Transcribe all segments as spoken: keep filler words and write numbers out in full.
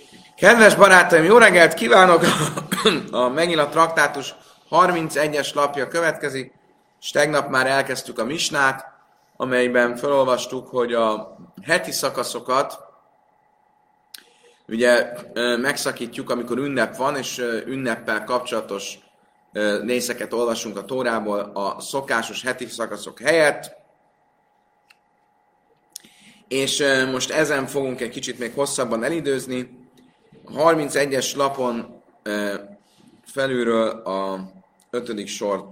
Kedves barátaim, jó reggelt kívánok! A megint a traktátus harmincegyes lapja következik, és tegnap már elkezdtük a misnát, amelyben felolvastuk, hogy a heti szakaszokat ugye megszakítjuk, amikor ünnep van, és ünneppel kapcsolatos részeket olvasunk a Tórából a szokásos heti szakaszok helyett. És most ezen fogunk egy kicsit még hosszabban elidőzni. A harmincegyes lapon felülről a ötödik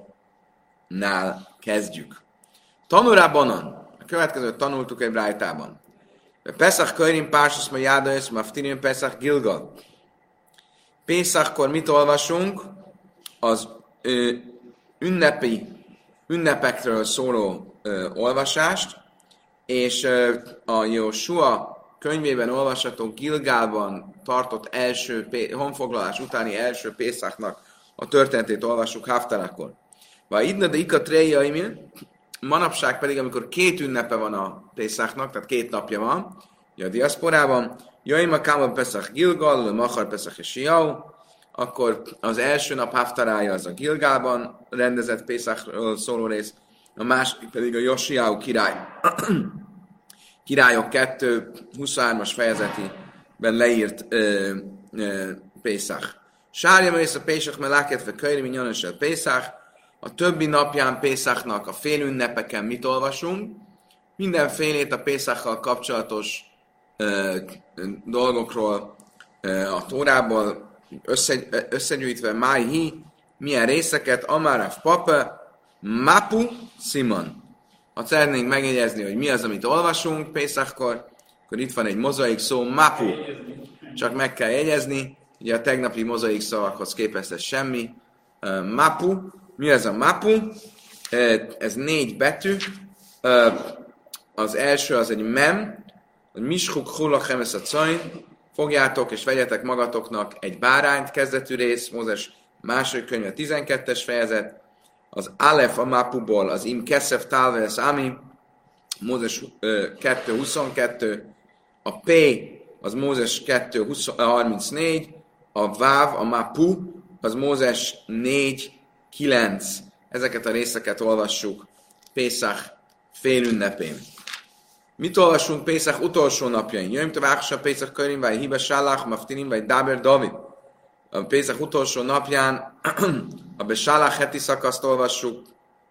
sornál kezdjük. Tanurában, a következőt tanultuk egy brájtában. Pesach körim pársasz ma jádajössz, ma ftirim Pesach Gilgal. Pészachkor mit olvasunk? Az ö, ünnepi, ünnepekről szóló ö, olvasást, és ö, a Jósua könyvében olvasható Gilgálban tartott első honfoglalás utáni első Pészachnak a történetét olvassuk Haftarakor. Vagy idna de ika tréjaimil, manapság pedig, amikor két ünnepe van a Pészachnak, tehát két napja van, a diaszporában, Jaima Káma Pesach Gilgal, Machar Pesach és Siau, akkor az első nap Haftarája az a Gilgálban rendezett Pészachról szóló rész, a másik pedig a Josiau király. Királyok kettő huszonhármas fejezetében leírt ö, ö, Pészach. Sárja mész a Pészach, mert lákedve könyvi nyilvánosság Pészach. A többi napján Pészachnak a félünnepeken mit olvasunk? Mindenfélét a Pészachkal kapcsolatos ö, ö, dolgokról ö, a Tórából össze, összegyűjtve Májhi, milyen részeket, Amárav Papa, Mapu, Simon. Ha szeretnénk megjegyezni, hogy mi az, amit olvasunk Pészachkor, akkor itt van egy mozaik szó, Mapu. Csak meg kell jegyezni, ugye a tegnapi mozaik szavakhoz képest ez semmi. Uh, mapu. Mi ez a Mapu? Uh, ez négy betű. Uh, az első az egy mem, hogy Mishuk Hulachem ez a cain. Fogjátok és vegyetek magatoknak egy bárányt, kezdetű rész, Mózes második könyve tizenkettes fejezet. Az Alef a Mapuból, az Im Keszef Talves Ami, Mózes kettő huszonkettő, a P az Mózes kettő harmincnégy, a Váv, a Mapu, az Mózes négy kilenc. Ezeket a részeket olvassuk Pészach félünnepén. Mit olvasunk Pészach utolsó napjain? Jöjjön tovább, Pészach körim, vagy Hibe Sálach, Maftinim, vagy Dáber David. A Pészach utolsó napján a Besálach heti szakaszt olvassuk,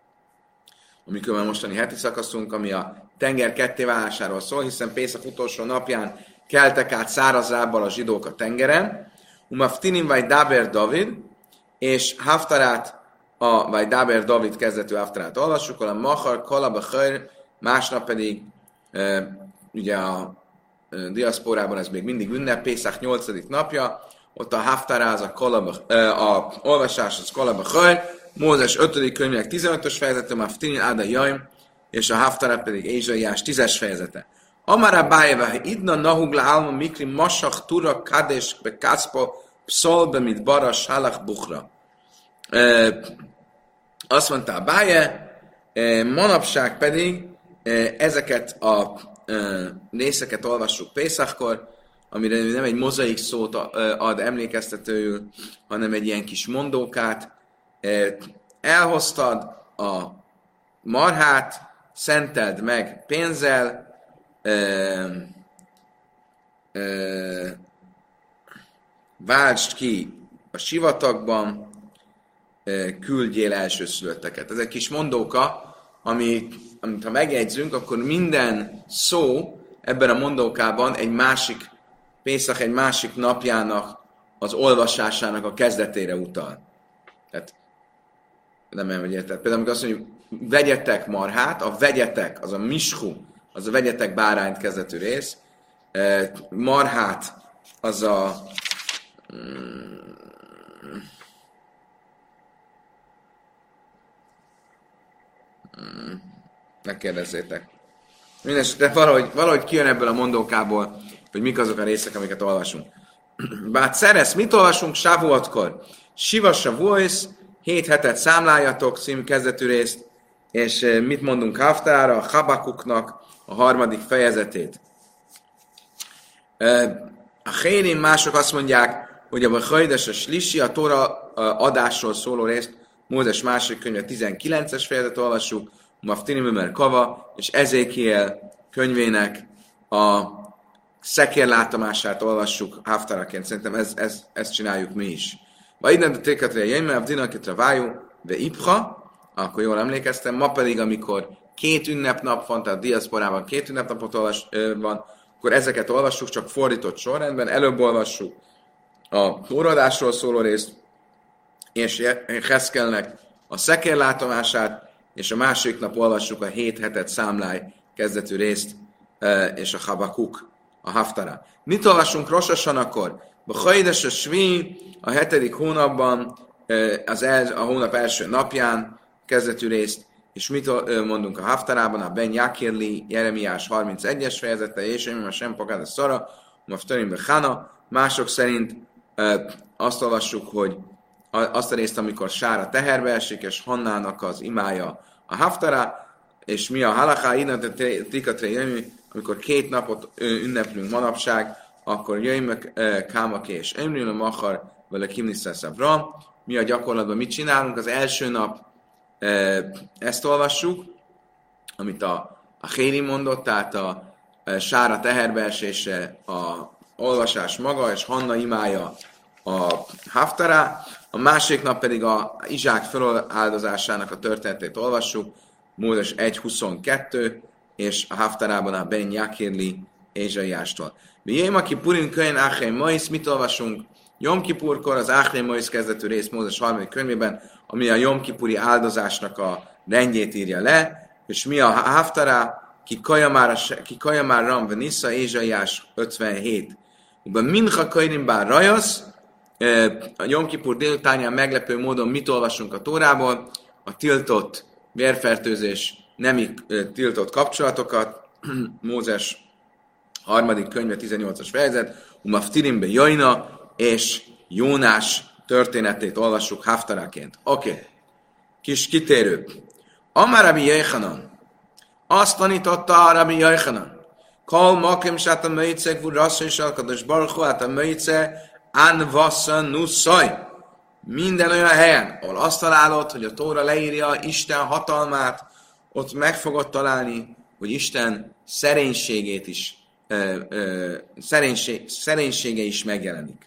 amikor már mostani heti szakaszunk, ami a tenger kettéválásáról szól, hiszen Pészach utolsó napján keltek át száraz lábbal a zsidók a tengeren, Umaftinim vagy Dáber David, és Haftarát, a, vagy Dáber David kezdetű Haftarát olvassuk, a Machar, Kalaba, Hör, másnap pedig e, ugye a e, diaszporában ez még mindig ünnep, Pészach nyolcadik napja, ott a Haftará, az a, kolaba, a olvasás, az Kolaba Hör, Mózes ötödik könyvének tizenötös fejezete, Maftinin Áda Jaim, és a Haftará pedig Ézsaiás tízes fejezete. Amara Bájeva, idna nahugla alma mikri masach tura kadesh be kacpo pszolbe mit bara sálach buchra. E, azt mondta a Báje, e, manapság pedig e, ezeket a e, részeket olvassuk Pészachkor, amire nem egy mozaik szót ad emlékeztetőül, hanem egy ilyen kis mondókát. Elhoztad a marhát, szenteld meg pénzzel, váltsd ki a sivatagban, küldjél elsőszülötteket. Ez egy kis mondóka, amit, amit ha megjegyzünk, akkor minden szó ebben a mondókában egy másik Pészach egy másik napjának az olvasásának a kezdetére utal. Tehát nem olyan, hogy érted. Például amikor azt mondjuk, vegyetek marhát, a vegyetek, az a mishu, az a vegyetek bárányt kezdetű rész. Marhát, az a ne kérdezzétek. Mindenesetre valahogy, valahogy kijön ebből a mondókából, hogy mik azok a részek, amiket olvasunk. Bár szeresz, mit olvasunk Sávuatkor? Siva Savuois, hét hetet számláljatok, című kezdetű részt, és mit mondunk Haftára, a Habakuknak a harmadik fejezetét. A Hérim mások azt mondják, hogy a Bechajdes a Slisi, a Tóra adásról szóló részt, Mózes második könyve tizenkilences fejezetet olvassuk, Maftinim Ömer Kava, és Ezékiel könyvének a szekérlátomását olvassuk Haftaraként. Szerintem ez, ez, ezt csináljuk mi is. Vagy innen a tékatre jöjjme, a dinakitra vájú, ve ipha, akkor jól emlékeztem, ma pedig, amikor két ünnepnap van, tehát diaszporában két ünnepnapot olvas, van, akkor ezeket olvassuk, csak fordított sorrendben. Előbb olvassuk a tóradásról szóló részt, és Heszkelnek a szekérlátomását, és a másik nap olvassuk a hét hetet számláj kezdetű részt, és a Habakuk, a Haftara. Mit olvasunk Rosh Hashanakor? Bechajdes a Svi, a hetedik hónapban, az el, a hónap első napján kezdetű részt, és mit mondunk a Haftarában, a Ben Jakirli, Jeremiás harmincegyes fejezete, és én a Sem Pagáda Szara, Maftarim Bechana. Mások szerint azt olvassuk, hogy azt a részt, amikor Sára teherbe esik, és Hannának az imája a Haftara, és mi a halaká, innen tikatre jöjjön, amikor két napot ünneplünk manapság, akkor jöjjön Kámaké és Emril, a Machar, vele Kimniszeszavra. Mi a gyakorlatban mit csinálunk? Az első nap ezt olvassuk, amit a, a Héri mondott, tehát a, a Sára teherbeesése, a olvasás maga, és Hanna imája a Haftara. A másik nap pedig a Izsák feláldozásának a történetét olvassuk, Mózes egy huszonkettő, és a Haftarában a Ben Jakirli Ézsaiástól. Mi Jém, aki Purim könyv Áhrei Moisz, mit olvasunk? Jom Kipurkor az Áhrei Moisz kezdetű rész Mózes harmadik könyvében, ami a Jom Kipuri áldozásnak a rendjét írja le, és mi a Haftara, ki Kajamár Ram Venissa, Ézsaiás ötvenhét. Ubben Mincha Kajrim Bár Rajasz, a Jom Kipur délutánján meglepő módon mit olvasunk a Tórából? A tiltott vérfertőzés, nemi tiltott kapcsolatokat, Mózes harmadik könyve tizennyolcas fejezet, Umaftirimbe Jajna, és Jónás történetét olvassuk Haftaraként. Oké. Okay. Kis kitérő. Amár Rabbi Yochanan. Azt tanította a Rabbi Yochanan. Kol makim sát a möjtszeg vur rasszony salkados barchu, hát a möjtsze an vassza nusszaj. Minden olyan helyen, ahol azt találod, hogy a Tóra leírja Isten hatalmát, ott meg fogod találni, hogy Isten szerénységét is, ö, ö, szerénység, szerénysége is megjelenik.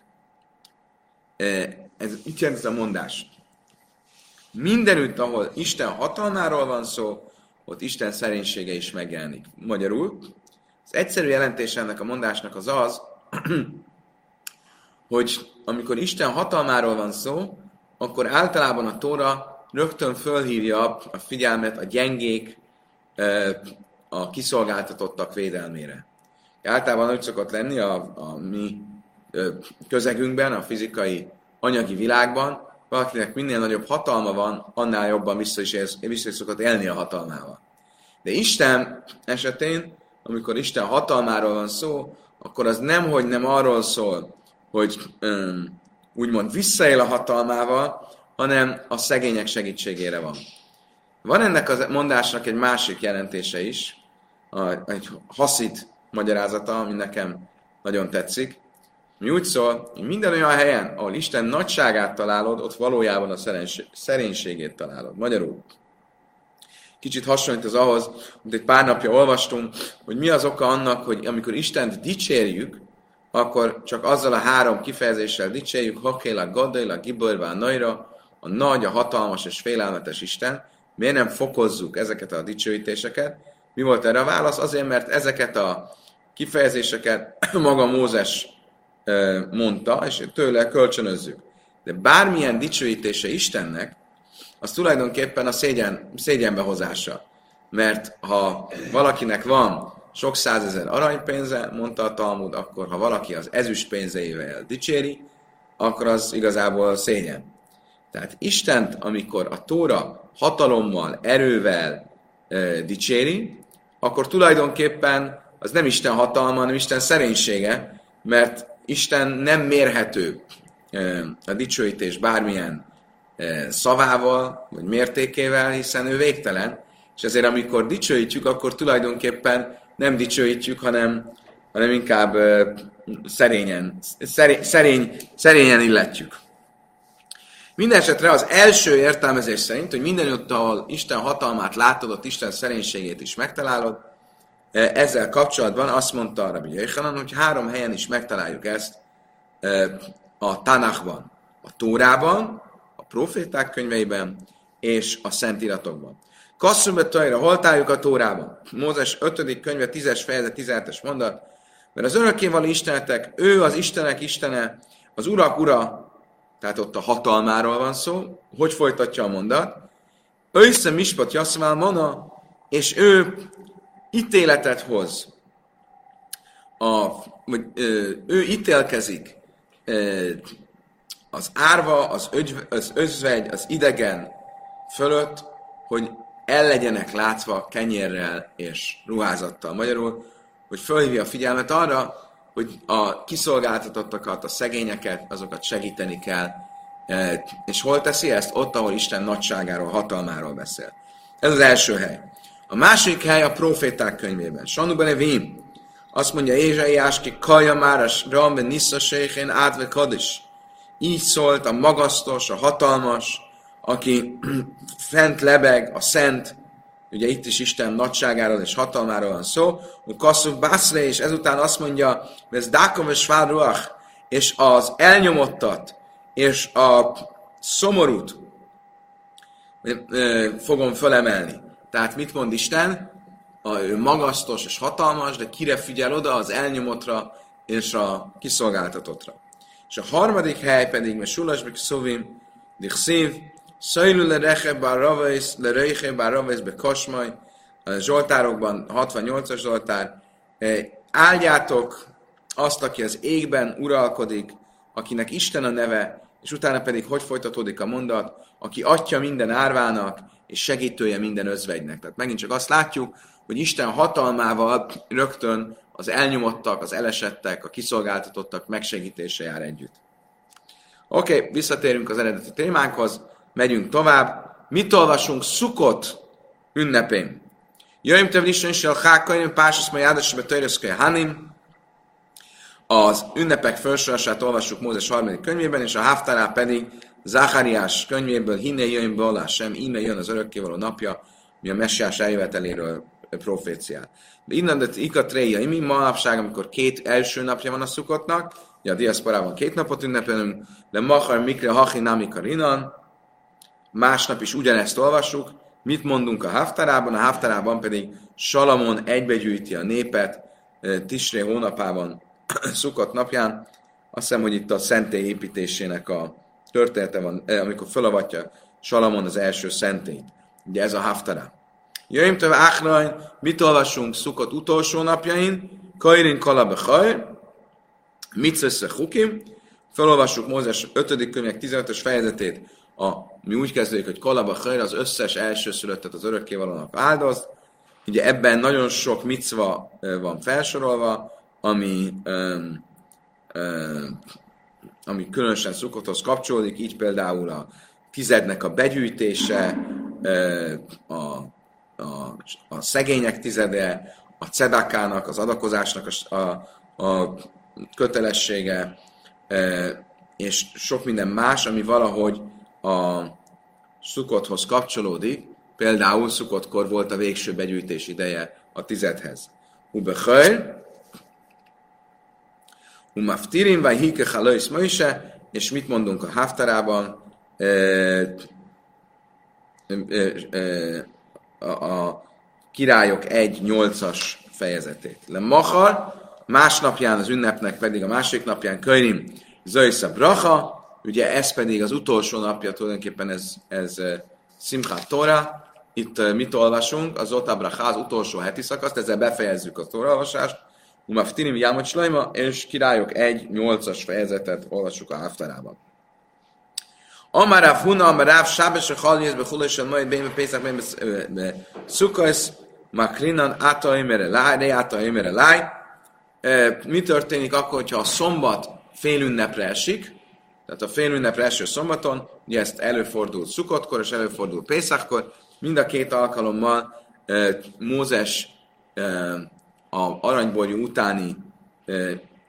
Ez mit jelent ez a mondás? Mindenütt, ahol Isten hatalmáról van szó, ott Isten szerénysége is megjelenik. Magyarul, az egyszerű jelentése ennek a mondásnak az az, hogy amikor Isten hatalmáról van szó, akkor általában a Tóra rögtön fölhívja a figyelmet a gyengék, a kiszolgáltatottak védelmére. Általában úgy szokott lenni a, a mi közegünkben, a fizikai, anyagi világban, valakinek minél nagyobb hatalma van, annál jobban vissza is, ér, vissza is szokott élni a hatalmával. De Isten esetén, amikor Isten hatalmáról van szó, akkor az nemhogy nem arról szól, hogy um, úgymond visszaél a hatalmával, hanem a szegények segítségére van. Van ennek a mondásnak egy másik jelentése is, egy haszid magyarázata, ami nekem nagyon tetszik. Mi úgy szól, hogy minden olyan helyen, ahol Isten nagyságát találod, ott valójában a szerénységét találod. Magyarul kicsit hasonlít az ahhoz, mint egy pár napja olvastunk, hogy mi az oka annak, hogy amikor Istent dicsérjük, akkor csak azzal a három kifejezéssel dicsérjük, Hakéla, Gadéla, Giborvá, Naira, a nagy, a hatalmas és félelmetes Isten. Miért nem fokozzuk ezeket a dicsőítéseket? Mi volt erre a válasz? Azért, mert ezeket a kifejezéseket maga Mózes mondta, és tőle kölcsönözzük. De bármilyen dicsőítése Istennek, az tulajdonképpen a szégyen, szégyenbehozása. Mert ha valakinek van sok százezer aranypénze, mondta a Talmud, akkor ha valaki az ezüst pénzeivel dicséri, akkor az igazából szégyen. Tehát Istent, amikor a Tóra hatalommal, erővel e, dicséri, akkor tulajdonképpen az nem Isten hatalma, hanem Isten szerénysége, mert Isten nem mérhető e, a dicsőítés bármilyen e, szavával, vagy mértékével, hiszen ő végtelen, és ezért amikor dicsőítjük, akkor tulajdonképpen nem dicsőítjük, hanem, hanem inkább e, szerényen, szerény, szerény, szerényen illetjük. Mindenesetre az első értelmezés szerint, hogy mindenütt, ahol Isten hatalmát látod, ott Isten szerénységét is megtalálod, ezzel kapcsolatban azt mondta Rabbi Yochanan, hogy három helyen is megtaláljuk ezt a Tanachban, a Tórában, a proféták könyveiben és a Szentíratokban. Kasszumbe Tajra, hol találjuk a Tórában? Mózes ötödik könyve, tízes fejezet, tizenhetes mondat. Mert az örökkévaló Istenetek, ő az Istenek Istene, az Urak Ura, tehát ott a hatalmáról van szó. Hogy folytatja a mondat? Ősze mispat jaszvál mana, és ő ítéletet hoz. A, vagy, ö, ő ítélkezik ö, az árva, az, ögy, az özvegy, az idegen fölött, hogy el legyenek látva kenyérrel és ruházattal. Magyarul, hogy fölhívja a figyelmet arra, hogy a kiszolgáltatottakat, a szegényeket, azokat segíteni kell. És hol teszi ezt? Ott, ahol Isten nagyságáról, hatalmáról beszél. Ez az első hely. A második hely a proféták könyvében. Sanu Benevim azt mondja, Ézsaiás ki kaja máras rambe nissza séhén átve kadis. Így szólt a magasztos, a hatalmas, aki fent lebeg, a szent, ugye itt is Isten nagyságáról és hatalmáról van szó, Kasszuf Bászre, és ezután azt mondja, hogy ez Dákov és Svárruach, és az elnyomottat, és a szomorút fogom fölemelni. Tehát mit mond Isten? A, ő magasztos és hatalmas, de kire figyel oda? Az elnyomottra és a kiszolgáltatottra. És a harmadik hely pedig, mert Sulasbek Szovim, Dichszív, Szajlő le reche bár ravesz, le reiche bár ravesz be kasmaj, a Zsoltárokban, hatvannyolcas Zsoltár, áldjátok azt, aki az égben uralkodik, akinek Isten a neve, és utána pedig hogy folytatódik a mondat, aki atya minden árvának, és segítője minden özvegynek. Tehát megint csak azt látjuk, hogy Isten hatalmával rögtön az elnyomottak, az elesettek, a kiszolgáltatottak megsegítése jár együtt. Oké, okay, visszatérünk az eredeti témánkhoz, megyünk tovább. Mit olvasunk Szukot ünnepén? Jöjjön több Isten is, a hákaim, pásasz majd áldásba törjeszköly hanim. Az ünnepek felsorolását olvassuk Mózes harmadik könyvében, és a Haftará pedig Záháriás könyvéből, hinné jöjjön be sem, íme jön az örökkévaló napja, mi a messiás eljöveteléről proféciál. De innen, de ikatréja, imi manapság, amikor két első napja van a Szukotnak, ugye a diaszporában két napot ünnepelünk, de Machar Mikre Hachi Namikar Inan, másnap is ugyanezt olvassuk, mit mondunk a Haftarában, a Haftarában pedig Salamon egybegyűjti a népet Tisré hónapában, Szukot napján. Azt hiszem, hogy itt a szentély építésének a története van, amikor felavatja Salamon az első szentélyt. Ugye ez a Haftará. Jöjjön több Áchrajn, mit olvasunk Szukot utolsó napjain? Kairin Kalabe Hajr, Mitzveszre Hukim, felolvassuk Mózes ötödik könyvek tizenötös fejezetét, a, mi úgy kezdődik, hogy Kalabe Hajr, az összes elsőszülöttet az örökkévalónak áldoz. Ugye ebben nagyon sok micva van felsorolva, ami, um, um, ami különösen Szukothoz kapcsolódik, így például a tizednek a begyűjtése, a, a, a szegények tizede, a cedakának, az adakozásnak a, a, a kötelessége, és sok minden más, ami valahogy a Szukothoz kapcsolódik. Például Szukotkor volt a végső begyűjtés ideje a tizedhez. Ubechöl, Umaftirim, vagy hike halajsz Mojse, és mit mondunk a Haftarában? E, e, e, a, a királyok egy nyolcas fejezetét. Le Machar, másnapján az ünnepnek pedig a másik napján Körim, Zöjsza Bracha, ugye ez pedig az utolsó napja, tulajdonképpen ez, ez Simchat Tóra. Itt mit olvasunk? Az Zota Bracha, az utolsó heti szakaszt, ezzel befejezzük a tóraolvasást. Umaftirim Jámot Slajma, és királyok egy nyolcas fejezetet olvassuk a Haftarában. Amaráv Huna, Amaráv Sábes, a Haljészbe, Hulesen, majd Béme Pészak, Béme Szukasz, Makrinan, Áta Imere Láj, Re Áta Imere Láj. Mi történik akkor, hogyha a szombat félünnepre esik? Tehát a félünnepre eső szombaton, ugye ezt előfordul Szukotkor, és előfordul Pészakkor, mind a két alkalommal Mózes a aranyborjú utáni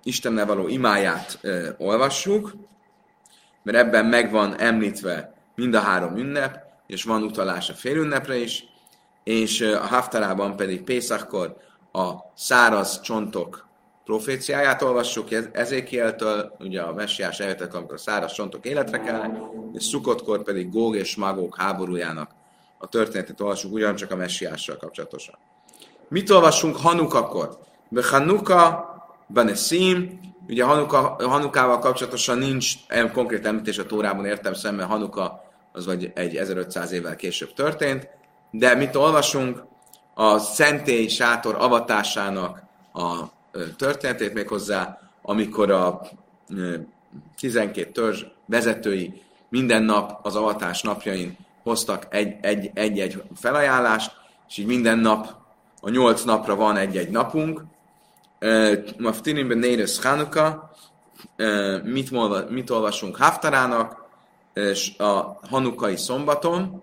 Istennel való imáját ö, olvassuk, mert ebben meg van említve mind a három ünnep, és van utalás a félünnepre is, és ö, a Haftarában pedig Pészachkor a száraz csontok proféciáját olvassuk Ezékieltől, ugye a messiás eljöttek, amikor a száraz csontok életre kelnek, és Szukkotkor pedig Góg és Magók háborújának a történetét olvassuk, ugyancsak a messiással kapcsolatosan. Mit olvassunk Hanukakor? Be Hanuka, Benesim, ugye Hanuka, Hanukával kapcsolatosan nincs konkrét említés a Tórában, értem szemben Hanuka az vagy egy ezerötszáz évvel később történt, de mit olvasunk? A szentély sátor avatásának a történetét méghozzá, amikor a tizenkét törzs vezetői minden nap az avatás napjain hoztak egy-egy felajánlást, és így minden nap, a nyolc napra van egy-egy napunk. Maftinimben Néres Hanuka, mit, mit olvasunk Haftarának, és a hanukai szombaton,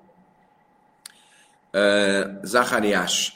Zachariás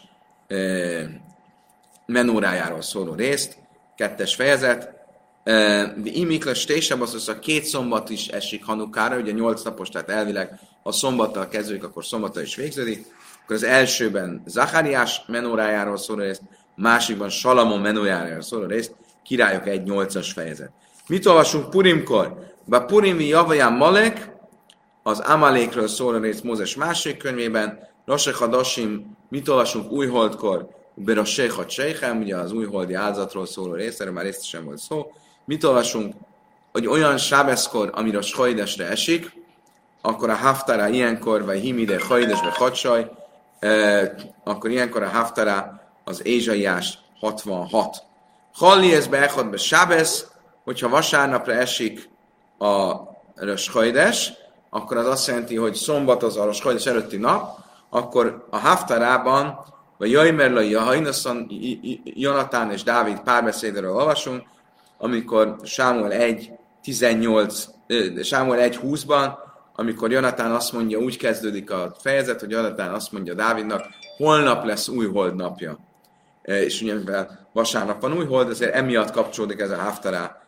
menórájáról szóló részt, kettes fejezet. De imikles tésebasszus, a két szombat is esik Hanukára, ugye nyolc napos, tehát elvileg ha szombattal kezdődik, akkor szombattal is végződik. Akkor az elsőben Zachariás menórájáról szóló részt, másikban Salamon menórájáról szóló részt, királyok egy nyolcas fejezet. Mit olvasunk Purimkor? Ba Purimi Javaján Malek, az Amalékről szóló részt Mózes másik könyvében, Rosh Hadasim, mit olvasunk Újholdkor? Berasséhat Sejhem, ugye az újholdi áldozatról szóló rész, erről már részesen volt szó. Mit olvasunk, hogy olyan sábeszkor, amire a Sajdesre esik, akkor a Haftara ilyenkor, vagy Himide, Sajdes, vagy Hadsaj, eh, akkor ilyenkor a Haftara az Ézsaiás hatvanhat. Halli ez be echad be sábesz, hogyha vasárnapra esik a Sajdes, akkor az azt jelenti, hogy szombat az a Sajdes előtti nap, akkor a Haftarában vagy Jajmerlai a Hajnaszon, Jonatán és Dávid párbeszédről olvasunk, amikor Sámuel egy tizennyolc, Sámuel egy húszban, amikor Jonatán azt mondja, úgy kezdődik a fejezet, hogy Jonatán azt mondja Dávidnak, holnap lesz újhold napja. És ugye, mivel vasárnap van újhold, ezért emiatt kapcsolódik ez a Haftará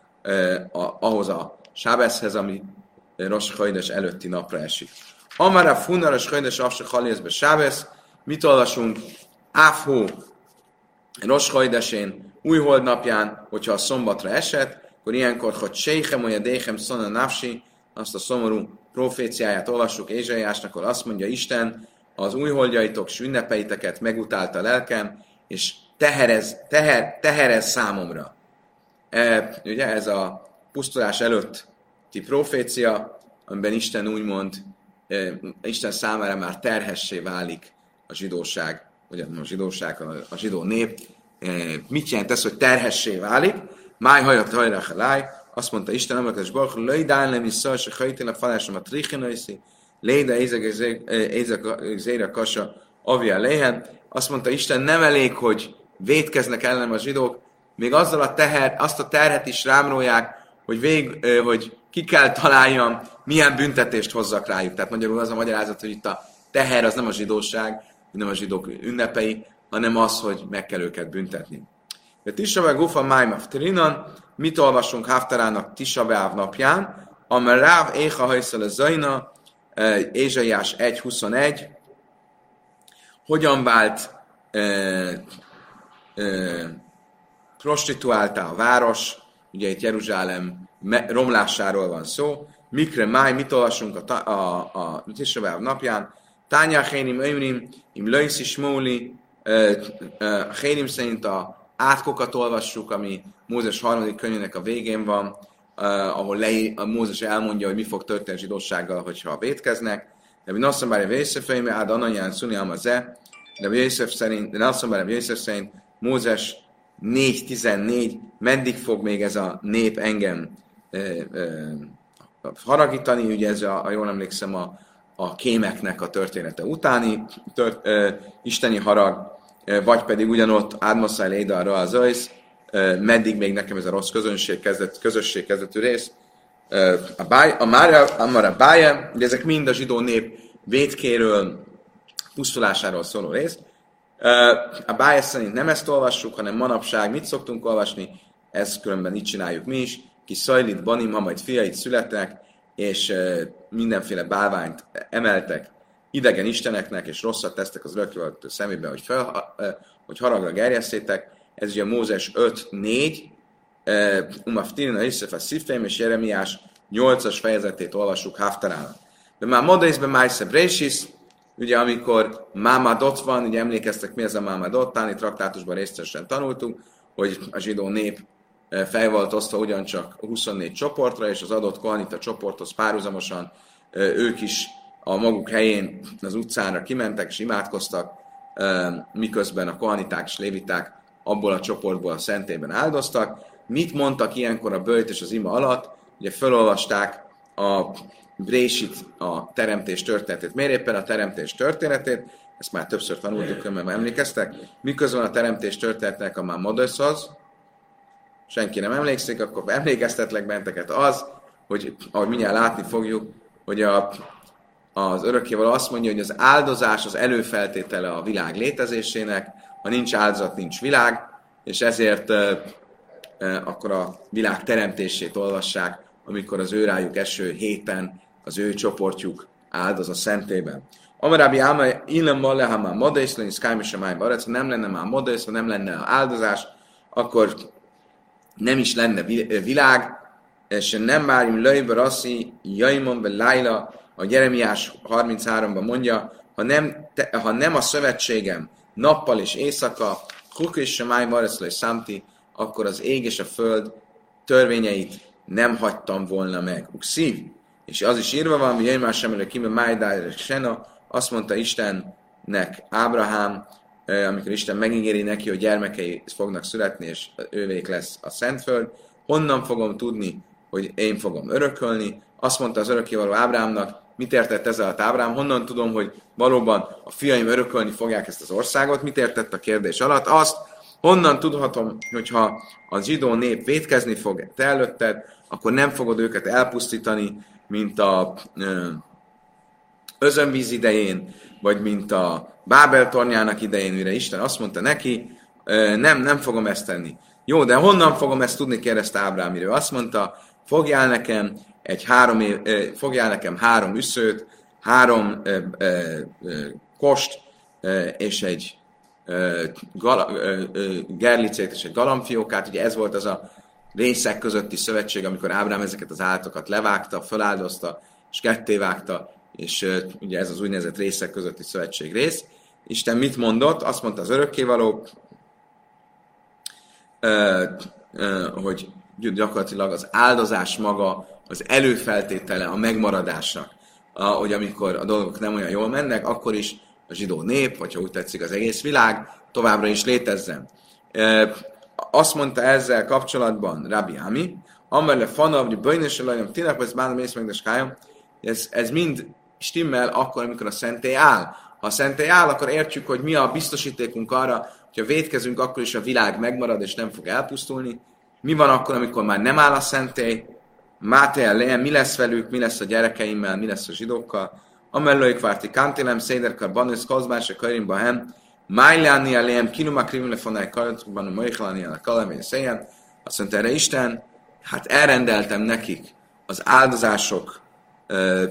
ahhoz a Sábeszhez, ami Rosh Hajdes előtti napra esik. Amara Funar Rosh Hajdes Afse Halészbe Sábesz, mit olvasunk? Áfhó Rosh Hajdesén, újhold napján, hogyha a szombatra esett, akkor ilyenkor, hogy Sejhem, olyan Déhem, Szona Nafsi, azt a szomorú proféciáját olvassuk Ézsaiásnak, ahol azt mondja Isten, az újholdjaitok és ünnepeiteket megutálta a lelkem, és teherez, teher, teherez számomra. E, ugye ez a pusztulás előtti profécia, amiben Isten úgymond, e, Isten számára már terhessé válik a zsidóság, ugye a zsidóság, a, a zsidó nép. E, mit jelent ez, hogy terhessé válik? Máj hajat hajra haláj, azt mondta Isten, emlékezés Baruch, löjdán nem is szal, se hajtél a falásom a trichinajszi, léde ézek zéra kassa avia léhen. Azt mondta Isten, nem elég, hogy vétkeznek ellenem a zsidók, még azzal a teher, azt a terhet is rámrólják, hogy, vég, hogy ki kell találjam, milyen büntetést hozzak rájuk. Tehát magyarul az a magyarázat, hogy itt a teher az nem a zsidóság, nem a zsidók ünnepei, hanem az, hogy meg kell őket büntetni. De Tisha B'Av Gufa Májmav Trinan, mit olvasunk Haftarának Tisha B'Av napján? Amar Ráv Éha Hajszal a Zajna, Ézsaiás egy huszonegy, hogyan vált e, e, prostituáltá a város, ugye itt Jeruzsálem romlásáról van szó. Mikre máj, mit olvasunk a, a, a Tisha B'Av napján? Tánya Hénim Ömrim, Im Löjszi Smóli, Hénim szerint a átkokat olvassuk, ami Mózes harmadik könyvének a végén van, uh, ahol le, a Mózes elmondja, hogy mi fog történni a zsidósággal, hogyha vétkeznek. De mi nasszom bár a Vészefeime, ád ananyán szuni amaze, de Vészef szerint, de nasszom bár a Vészef szerint Mózes négy tizennégy, meddig fog még ez a nép engem uh, uh, haragítani, ugye ez a, a jól emlékszem, a, a kémeknek a története utáni tört, uh, isteni harag, vagy pedig ugyanott Ádmaszáj Léda az Ajsz, meddig még nekem ez a rossz közönség kezdet, közösség kezdetű rész. A, báj, a Mária, a Bája, ugye ezek mind a zsidó nép vétkéről, pusztulásáról szóló rész. A Bája szerint nem ezt olvassuk, hanem manapság mit szoktunk olvasni? ezt különben így csináljuk mi is, ki szajlit banim, ha majd fiait születnek, és mindenféle bálványt emeltek idegen isteneknek, és rosszat tesztek az örökkévaló szemébe, hogy, fel, hogy haragra gerjesztétek. Ez ugye Mózes öt négy, Umaftirina Iszef a Szifém, és Jeremiás nyolcas fejezetét olvassuk Haftarának. De már Modaisben Májsze Brésis, ugye amikor Mámadot van, ugye emlékeztek mi ez a Mámadot, Táni traktátusban részletesen tanultuk, hogy a zsidó nép fel volt osztva ugyancsak huszonnégy csoportra, és az adott kohanita csoporthoz párhuzamosan ők is a maguk helyén az utcára kimentek és imádkoztak, miközben a kohaniták és léviták abból a csoportból a szentében áldoztak. Mit mondtak ilyenkor a böjt és az ima alatt? Ugye felolvasták a Brésit, a teremtés történetét. Miért éppen a teremtés történetét? Ezt már többször tanultuk, mert emlékeztek. Miközben a teremtés történetnek a már Modeszhoz, senki nem emlékszik, akkor emlékeztetlek benteket az, hogy ahogy mindjárt látni fogjuk, hogy a, az örökkévaló azt mondja, hogy az áldozás az előfeltétele a világ létezésének, ha nincs áldozat, nincs világ, és ezért e, e, akkor a világ teremtését olvassák, amikor az ő rájuk eső héten az ő csoportjuk áldoz a szentében. Amarábi álma, illen van le, ha már modész, lenni szkájm és a májba arec, ha nem lenne már modész, ha nem lenne áldozás, akkor nem is lenne világ, és nem várjunk löjbe rasszi, jaimon be lájla, a Jeremiás harmincháromban mondja, ha nem, te, ha nem a szövetségem nappal és éjszaka, huk és semáj mareszlő számti, akkor az ég és a föld törvényeit nem hagytam volna meg. Ukszív. És az is írva van, hogy Jaimás sem elő kíme májdájra sena, azt mondta Istennek Ábrahám, amikor Isten megígéri neki, hogy gyermekei fognak születni, és ővék lesz a Szentföld, honnan fogom tudni, hogy én fogom örökölni? Azt mondta az örökkévaló Ábrahámnak, mit értett ezzel a Ábrahám? Honnan tudom, hogy valóban a fiaim örökölni fogják ezt az országot? Mit értett a kérdés alatt? Azt, honnan tudhatom, hogyha a zsidó nép vétkezni fog te előtted, akkor nem fogod őket elpusztítani, mint a ö, özönvíz idején, vagy mint a Bábel tornyának idején, mire Isten azt mondta neki, ö, nem, nem fogom ezt tenni. Jó, de honnan fogom ezt tudni, kérdezte Ábrahám, mire azt mondta, fogjál nekem egy három év, ö, fogjál nekem három üszőt, három ö, ö, ö, kost, ö, és egy ö, gal, ö, ö, gerlicét és egy galambfiókát. Ugye ez volt az a részek közötti szövetség, amikor Ábrahám ezeket az állatokat levágta, feláldozta, és kettévágta, és uh, ugye ez az úgynevezett részek közötti szövetség rész. Isten mit mondott? Azt mondta az örökkévaló, uh, uh, hogy gyakorlatilag az áldozás maga az előfeltétele a megmaradásnak, uh, hogy amikor a dolgok nem olyan jól mennek, akkor is a zsidó nép, vagy ha úgy tetszik az egész világ, továbbra is létezzen. Uh, Azt mondta ezzel kapcsolatban Rabbi Ami, amerle fanav, hogy bőjnös elajom, tényleg, hogy ez bánom ész megdeskájom, ez, ez mind stimmel akkor, amikor a szentély áll. Ha a szentély áll, akkor értjük, hogy mi a biztosítékunk arra, hogyha vétkezünk, akkor is a világ megmarad, és nem fog elpusztulni. Mi van akkor, amikor már nem áll a szentély? Máté elején, mi lesz velük, mi lesz a gyerekeimmel, mi lesz a zsidókkal? Amellőik várti kantélem, széderkar, banusz, kozbán, se karimba, hem, Májláni elém, kinuma krimle fonáj kalatban, a majhlani el a kalamé széjen. Azt mondta erre Isten, hát elrendeltem nekik az áldozások ö,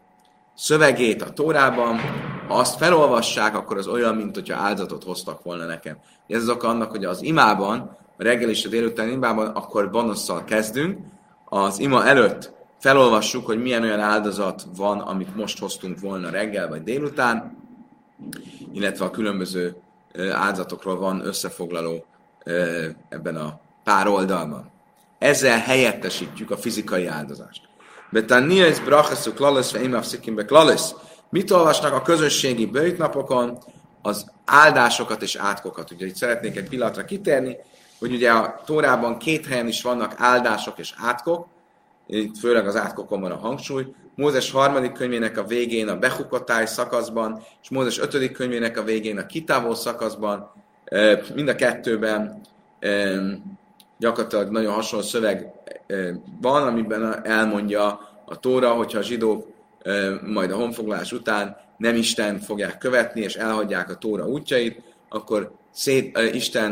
szövegét a Tórában, ha azt felolvassák, akkor az olyan, mint hogyha áldozatot hoztak volna nekem. Ez az oka annak, hogy az imában, a reggel és a délután imában, akkor banosszal kezdünk, az ima előtt felolvassuk, hogy milyen olyan áldozat van, amit most hoztunk volna reggel vagy délután, illetve a különböző áldozatokról van összefoglaló ebben a pár oldalban. Ezzel helyettesítjük a fizikai áldozást. Betanias brachaszuk lalasz, ve imav szikimbe lalasz. Mit olvasnak a közösségi böjtnapokon? Az áldásokat és átkokat. Ugye itt szeretnék egy pillanatra kitérni, hogy ugye a Tórában két helyen is vannak áldások és átkok, itt főleg az átkokon van a hangsúly. Mózes harmadik könyvének a végén a Bechukotály szakaszban, és Mózes ötödik könyvének a végén a Kitávó szakaszban, mind a kettőben gyakorlatilag nagyon hasonló szöveg van, amiben elmondja a Tóra, hogyha a zsidók majd a honfoglalás után nem Isten fogják követni, és elhagyják a Tóra útjait, akkor szét, Isten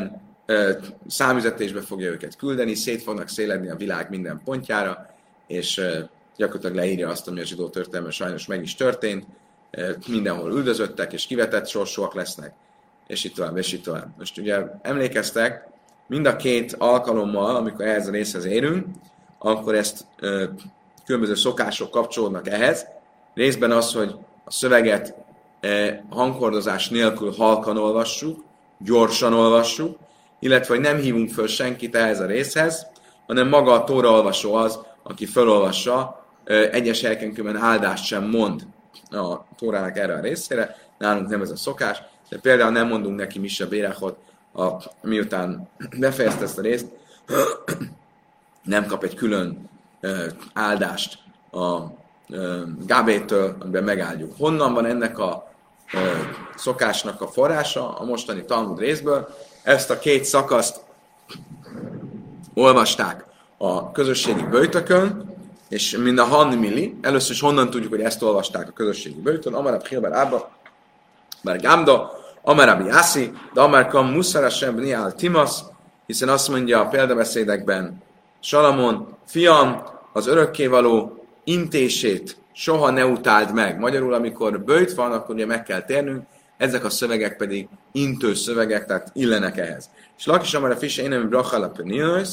számüzetésbe fogja őket küldeni, szét fognak széledni a világ minden pontjára, és gyakorlatilag leírja azt, ami a zsidó történelemben sajnos meg is történt, mindenhol üldözöttek, és kivetett sorsúak lesznek, és itt tovább, és itt tovább. Most ugye emlékeztek, mind a két alkalommal, amikor ehhez a részhez érünk, akkor ezt ö, különböző szokások kapcsolódnak ehhez. Részben az, hogy a szöveget e, hangkordozás nélkül halkan olvassuk, gyorsan olvassuk, illetve hogy nem hívunk föl senkit ehhez a részhez, hanem maga a Tóra olvasó az, aki felolvassa, e, egyes helyeken különben áldást sem mond a Tórának erre a részére, nálunk nem ez a szokás, de például nem mondunk neki Misha Bérachot, a, miután befejezte ezt a részt, nem kap egy külön ö, áldást a ö, Gábétől, amiben megáldjuk. Honnan van ennek a ö, szokásnak a forrása a mostani Talmud részből? Ezt a két szakaszt olvasták a közösségi böjtökön, és mind a Han Mili, először is honnan tudjuk, hogy ezt olvasták a közösségi böjtön, Amarab Hilber Ába, Bar Gamda, Amarabi Yassi, de Amar Kam Muszara Sebni Al Timas, hiszen azt mondja a példabeszédekben Salamon, fiam, az örökkévaló intését soha ne utáld meg. Magyarul, amikor böjt van, akkor ugye meg kell térnünk, ezek a szövegek pedig intő szövegek, tehát illenek ehhez. És Lakis Amara Fise Énemi Brachala Penilősz,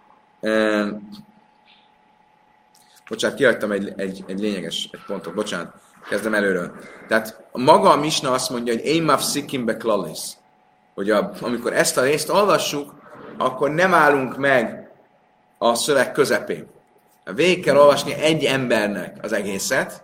bocsánat, kihagytam egy, egy, egy lényeges egy pontot, bocsánat, kezdem előről. Tehát maga a Misna azt mondja, hogy Ein mafszikim beklalis, hogy a, amikor ezt a részt olvassuk, akkor nem állunk meg a szöveg közepén. Végig kell olvasni egy embernek az egészet,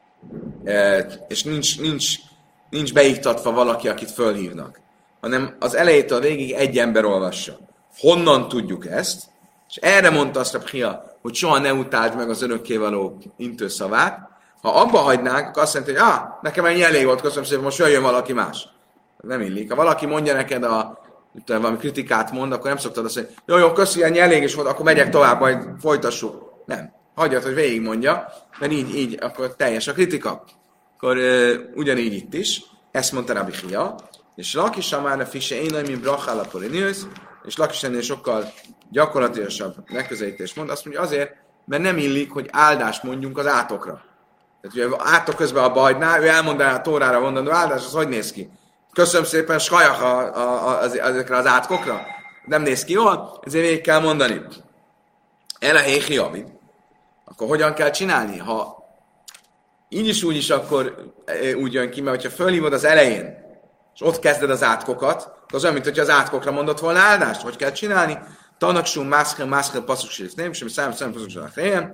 és nincs, nincs, nincs beiktatva valaki, akit fölhívnak, hanem az elejétől végig egy ember olvassa. Honnan tudjuk ezt? És erre mondta azt a Pchia, hogy soha ne utáld meg az örökkévaló intőszavát. Ha abba hagynánk, akkor azt jelenti, hogy ah, nekem ennyi elég volt, köszönöm szépen, most jöjjön valaki más. Nem illik. Ha valaki mondja neked a valami kritikát mond, akkor nem szoktad azt mondani, jó, jó, köszi, ennyi elég is volt, akkor megyek tovább, majd folytassuk. Nem. Hagyjad, hogy végigmondja, mert így, így, akkor teljes a kritika. Akkor uh, ugyanígy itt is. Ezt mondta Rabbi Chia, és Lakis Amára Fise Énai, mint Brachál a Polinius, és Lakis ennél sokkal gyakorlatilasabb megközelítés mond, azt mondja azért, mert nem illik, hogy áldást mondjunk az átokra. Tehát, hogy átok közben abba hagyná, ő elmondaná a Tórára mondandó áldás, az hogy néz ki? Köszönöm szépen, skajak a, a, a, az, ezekre az átkokra. Nem néz ki jól, ezért végig kell mondani. El a héhi abid. Akkor hogyan kell csinálni? Ha így is úgy is akkor úgy jön ki, mert ha fölhívod az elején, és ott kezded az átkokat, akkor az olyan, mint hogy az átkokra mondott volna áldást. Hogy kell csinálni? Tanaksum, mászkel, mászkel, passzuksírif, nem, semmi szám, szám, passzuksírif, nem.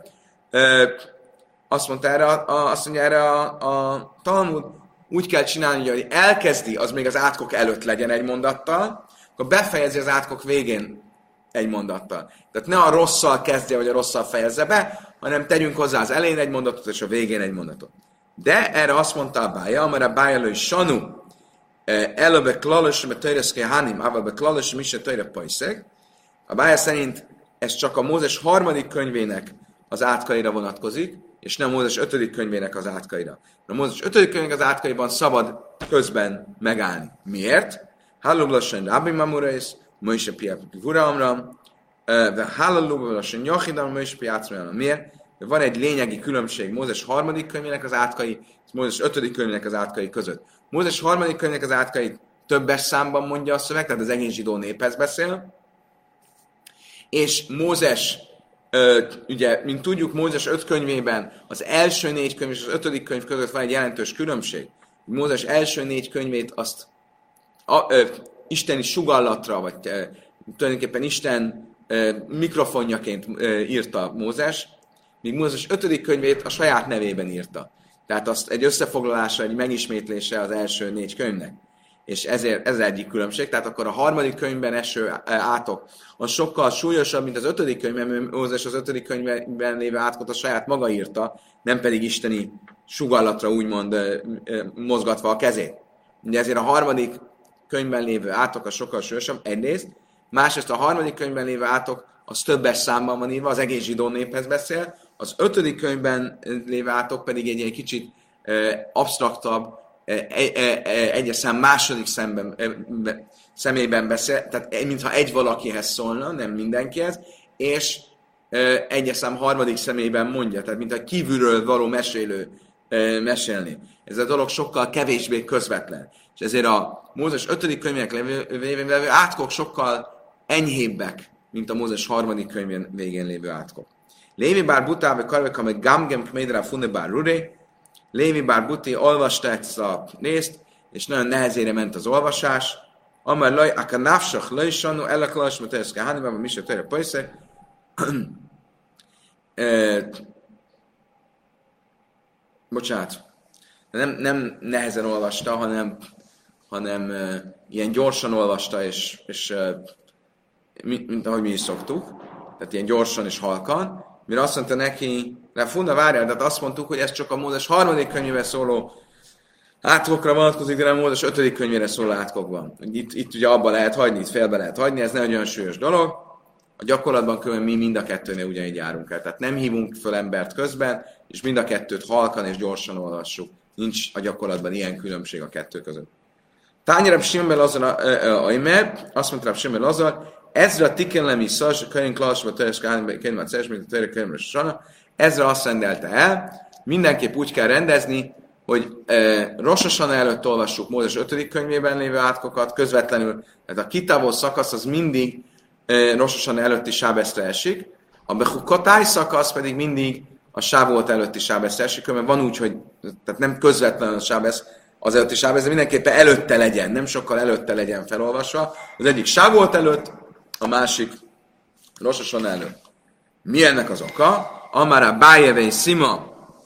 Azt mondta erre, a, azt mondja erre a, a Talmud, úgy kell csinálni, hogy elkezdi, az még az átkok előtt legyen egy mondattal, akkor befejezi az átkok végén egy mondattal. Tehát ne a rosszal kezdje, vagy a rosszal fejezze be, hanem tegyünk hozzá az elején egy mondatot, és a végén egy mondatot. De erre azt mondta a bája, mert a bája lőj sanu, előbb klalos, mert töjreszke hanim, ával klalos, mi se töjre pajszeg. A bája szerint ez csak a Mózes harmadik könyvének az átkaira vonatkozik, és nem Mózes ötödik könyvének az átkaira. A Mózes ötödik könyvének az átkaiban szabad közben megállni. Miért? Halló lassan Rabbi Mamurais, Moshe Piápi Vuramram, de halló lassan Jachidam, Moshe Piápi. Miért? Van egy lényegi különbség Mózes harmadik könyvének az átkai, és Mózes ötödik könyvének az átkai között. Mózes harmadik könyvének az átkai többes számban mondja a szöveg, tehát az egész zsidó néphez beszél, és Mózes, ugye, mint tudjuk, Mózes öt könyvében az első négy könyv és az ötödik könyv között van egy jelentős különbség. Mózes első négy könyvét azt a, ö, isteni sugallatra, vagy ö, tulajdonképpen Isten ö, mikrofonjaként ö, írta Mózes, míg Mózes ötödik könyvét a saját nevében írta. Tehát azt egy összefoglalása, egy megismétlése az első négy könyvnek. És ezért ez egyik különbség. Tehát akkor a harmadik könyvben eső átok az sokkal súlyosabb, mint az ötödik könyvben, mert Mózes az ötödik könyvben lévő átkot a saját maga írta, nem pedig isteni sugallatra úgymond mozgatva a kezét. Ugye ezért a harmadik könyvben lévő átok az sokkal súlyosabb, egyrészt. Másrészt a harmadik könyvben lévő átok az többes számban van írva, az egész zsidó néphez beszél. Az ötödik könyvben lévő átok pedig egy, egy kicsit absztraktabb, egyes szám második szemben, személyben beszél, tehát mintha egy valakihez szólna, nem mindenkihez, és egyes szám harmadik személyben mondja, tehát mintha kívülről való mesélő mesélni. Ez a dolog sokkal kevésbé közvetlen. És ezért a Mózes ötödik könyvének lévén levő átkok sokkal enyhébbek, mint a Mózes harmadik könyvén végén lévő átkok. Lévi bár butáve karveka meg gamgem kmédrá funne bár ruré. Lévi bár buti olvasta ezt a részt, és nagyon nehezére ment az olvasás. Amár laj, aka nafsach lajsanu, ellaklas, mert ez kell hánibában, mi se törje pajszeg. Bocsánat. Nem, nem nehezen olvasta, hanem, hanem uh, ilyen gyorsan olvasta, és, és uh, mint, mint ahogy mi is szoktuk. Tehát ilyen gyorsan és halkan. Mire azt mondta neki, de funda várjál, tehát azt mondtuk, hogy ez csak a Mózes harmadik könyvébe szóló átkokra vonatkozik, de nem a Mózes ötödik könyvére szóló átkok van. Itt, itt ugye abba lehet hagyni, itt félbe lehet hagyni, ez nem egy olyan súlyos dolog. A gyakorlatban különben mi mind a kettőnél ugyanígy járunk el. Tehát nem hívunk föl embert közben, és mind a kettőt halkan és gyorsan olvassuk. Nincs a gyakorlatban ilyen különbség a kettő között. Tányira Simmel azon a Aimer, azt mondta rá Simmel azon, ezra tikenlemi szas, könyv klassba töröszke, könyv már szes, mint a török könyvre sana, ezra azt rendelte el, mindenképp úgy kell rendezni, hogy e, Rosh Hashanah előtt olvassuk Mózes ötödik könyvében lévő átkokat, közvetlenül, tehát a kitávó szakasz az mindig e, Rosh Hashanah előtti sábeszre esik, a Bechukotály szakasz pedig mindig a Sávolt előtti sábeszre esik, mert van úgy, hogy tehát nem közvetlenül a sábesz az előtti sábesz, de mindenképpen előtte legyen, nem sokkal előtte legyen felolvasva. Az egyik Sávolt előtt, a másik Rosh Hashanah előtt. Mi ennek az oka? Amár a Bájevei Szima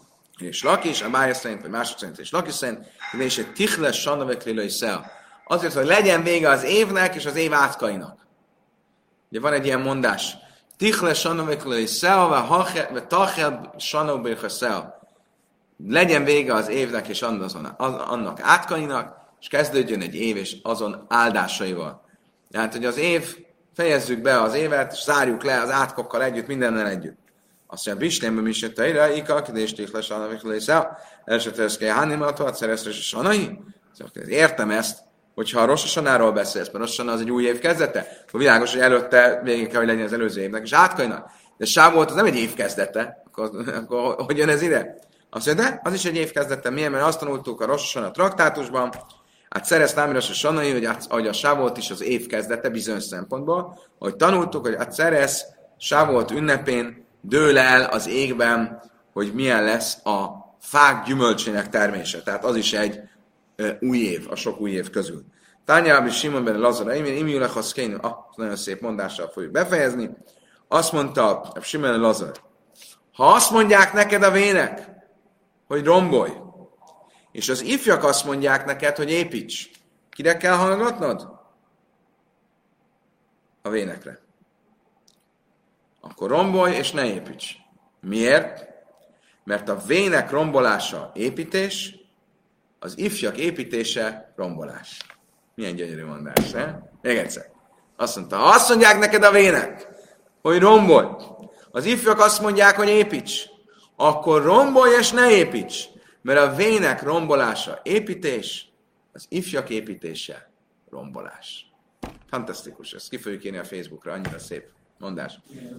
és Lakis, a Báje szerint, vagy mások szerint és Lakis szerint, és egy tichles sanavekrilai szea. Azért, hogy legyen vége az évnek és az év átkainak. Ugye van egy ilyen mondás. Tichles sanavekrilai szea, vagy tachel sanavekrilai szea. Legyen vége az évnek és annak átkainak, és kezdődjön egy év és azon áldásaival. Tehát, hogy az év, fejezzük be az évet, és zárjuk le az átkokkal együtt, mindennel együtt. Azt mondja, Bislémben mi se tejre, ikak, de is tichles sanavekrilai szea, elsőtőzke Hánimató, szereztre és sanai. Értem ezt, hogyha a Rosh Hashanahról beszélsz, mert Rosh Hashanah az egy új év kezdete, akkor világos, hogy előtte végig kell, hogy legyen az előző évnek, és átkainak. De Sávolt az nem egy év kezdete, akkor, akkor hogy jön ez ide? Azt mondja, de az is egy év kezdete. Miért? Mert azt tanultuk a Rosh Hashanah traktátusban, hát szerez námi Rosh Hashanah, hogy, hogy a Sávolt is az év kezdete bizonyos szempontból, hogy tanultuk, hogy a szerez Sávolt ünnepén dől el az égben, hogy milyen lesz a fák gyümölcsének termése. Tehát az is egy e, új év, a sok új év közül. Tányában is Simon ben Lazar, én imiülek az kény, ah, nagyon szép mondással fogjuk befejezni. Azt mondta Simon ben Lazar, ha azt mondják neked a vének, hogy rombolj, és az ifjak azt mondják neked, hogy építs, kire kell hallgatnod? A vénekre. Akkor rombolj, és ne építs. Miért? Mert a vének rombolása építés, az ifjak építése rombolás. Milyen gyönyörű mondás, ne? Még egyszer. Azt mondta, ha azt mondják neked a vének, hogy rombolj, az ifjak azt mondják, hogy építs, akkor rombolj, és ne építs. Mert a vének rombolása építés, az ifjak építése rombolás. Fantasztikus, ezt ki fogjuk írni a Facebookra, annyira szép mondás.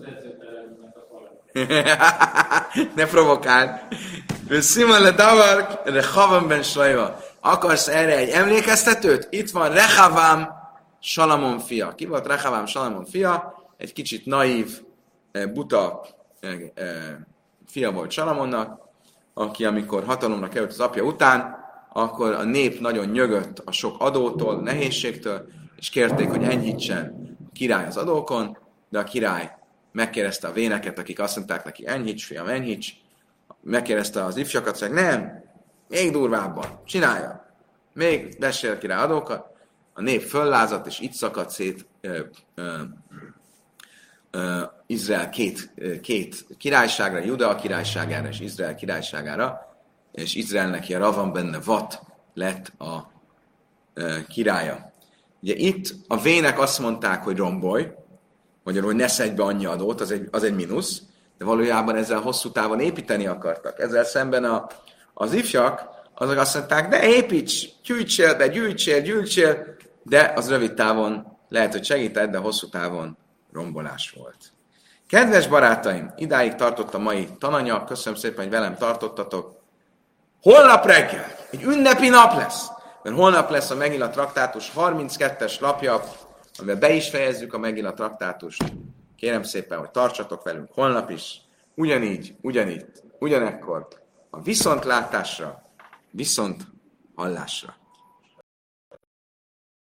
Ne provokáld. Simon le davar, Rechavam ben Slajva. Akarsz erre egy emlékeztetőt? Itt van Rechavam, Salamon fia. Ki volt Rechavam, Salamon fia? Egy kicsit naív, buta fia volt Salamonnak, aki amikor hatalomra került az apja után, akkor a nép nagyon nyögött a sok adótól, nehézségtől, és kérték, hogy enyhítsen a király az adókon, de a király megkérdezte a véneket, akik azt mondták neki, enyhíts, fiam, enyhíts, megkérdezte az ifjakat, hogy nem, még durvábban, csinálja, még vessél ki rá adókat, a nép föllázadt, és itt szakadt szét ö, ö, ö, Izrael két, két királyságra, Juda királyságára és Izrael királyságára, és Izraelnek a Ravan benne Vat lett a ö, királya. Ugye itt a vének azt mondták, hogy rombolj, magyarul, hogy ne szedj be annyi adót, az egy, az egy mínusz, de valójában ezzel hosszú távon építeni akartak. Ezzel szemben a, az ifjak azok azt mondták, de építs, gyűjtsél, de gyűjtsél, gyűjtsél, de az rövid távon lehet, hogy segített, de hosszú távon rombolás volt. Kedves barátaim, idáig tartott a mai tananya, köszönöm szépen, hogy velem tartottatok. Holnap reggel egy ünnepi nap lesz, mert holnap lesz a Megilla traktátus harminckettes lapja, amivel be is fejezzük a Megilla traktátust. Kérem szépen, hogy tartsatok velünk holnap is, ugyanígy, ugyanígy, ugyanekkor a viszontlátásra, viszont hallásra.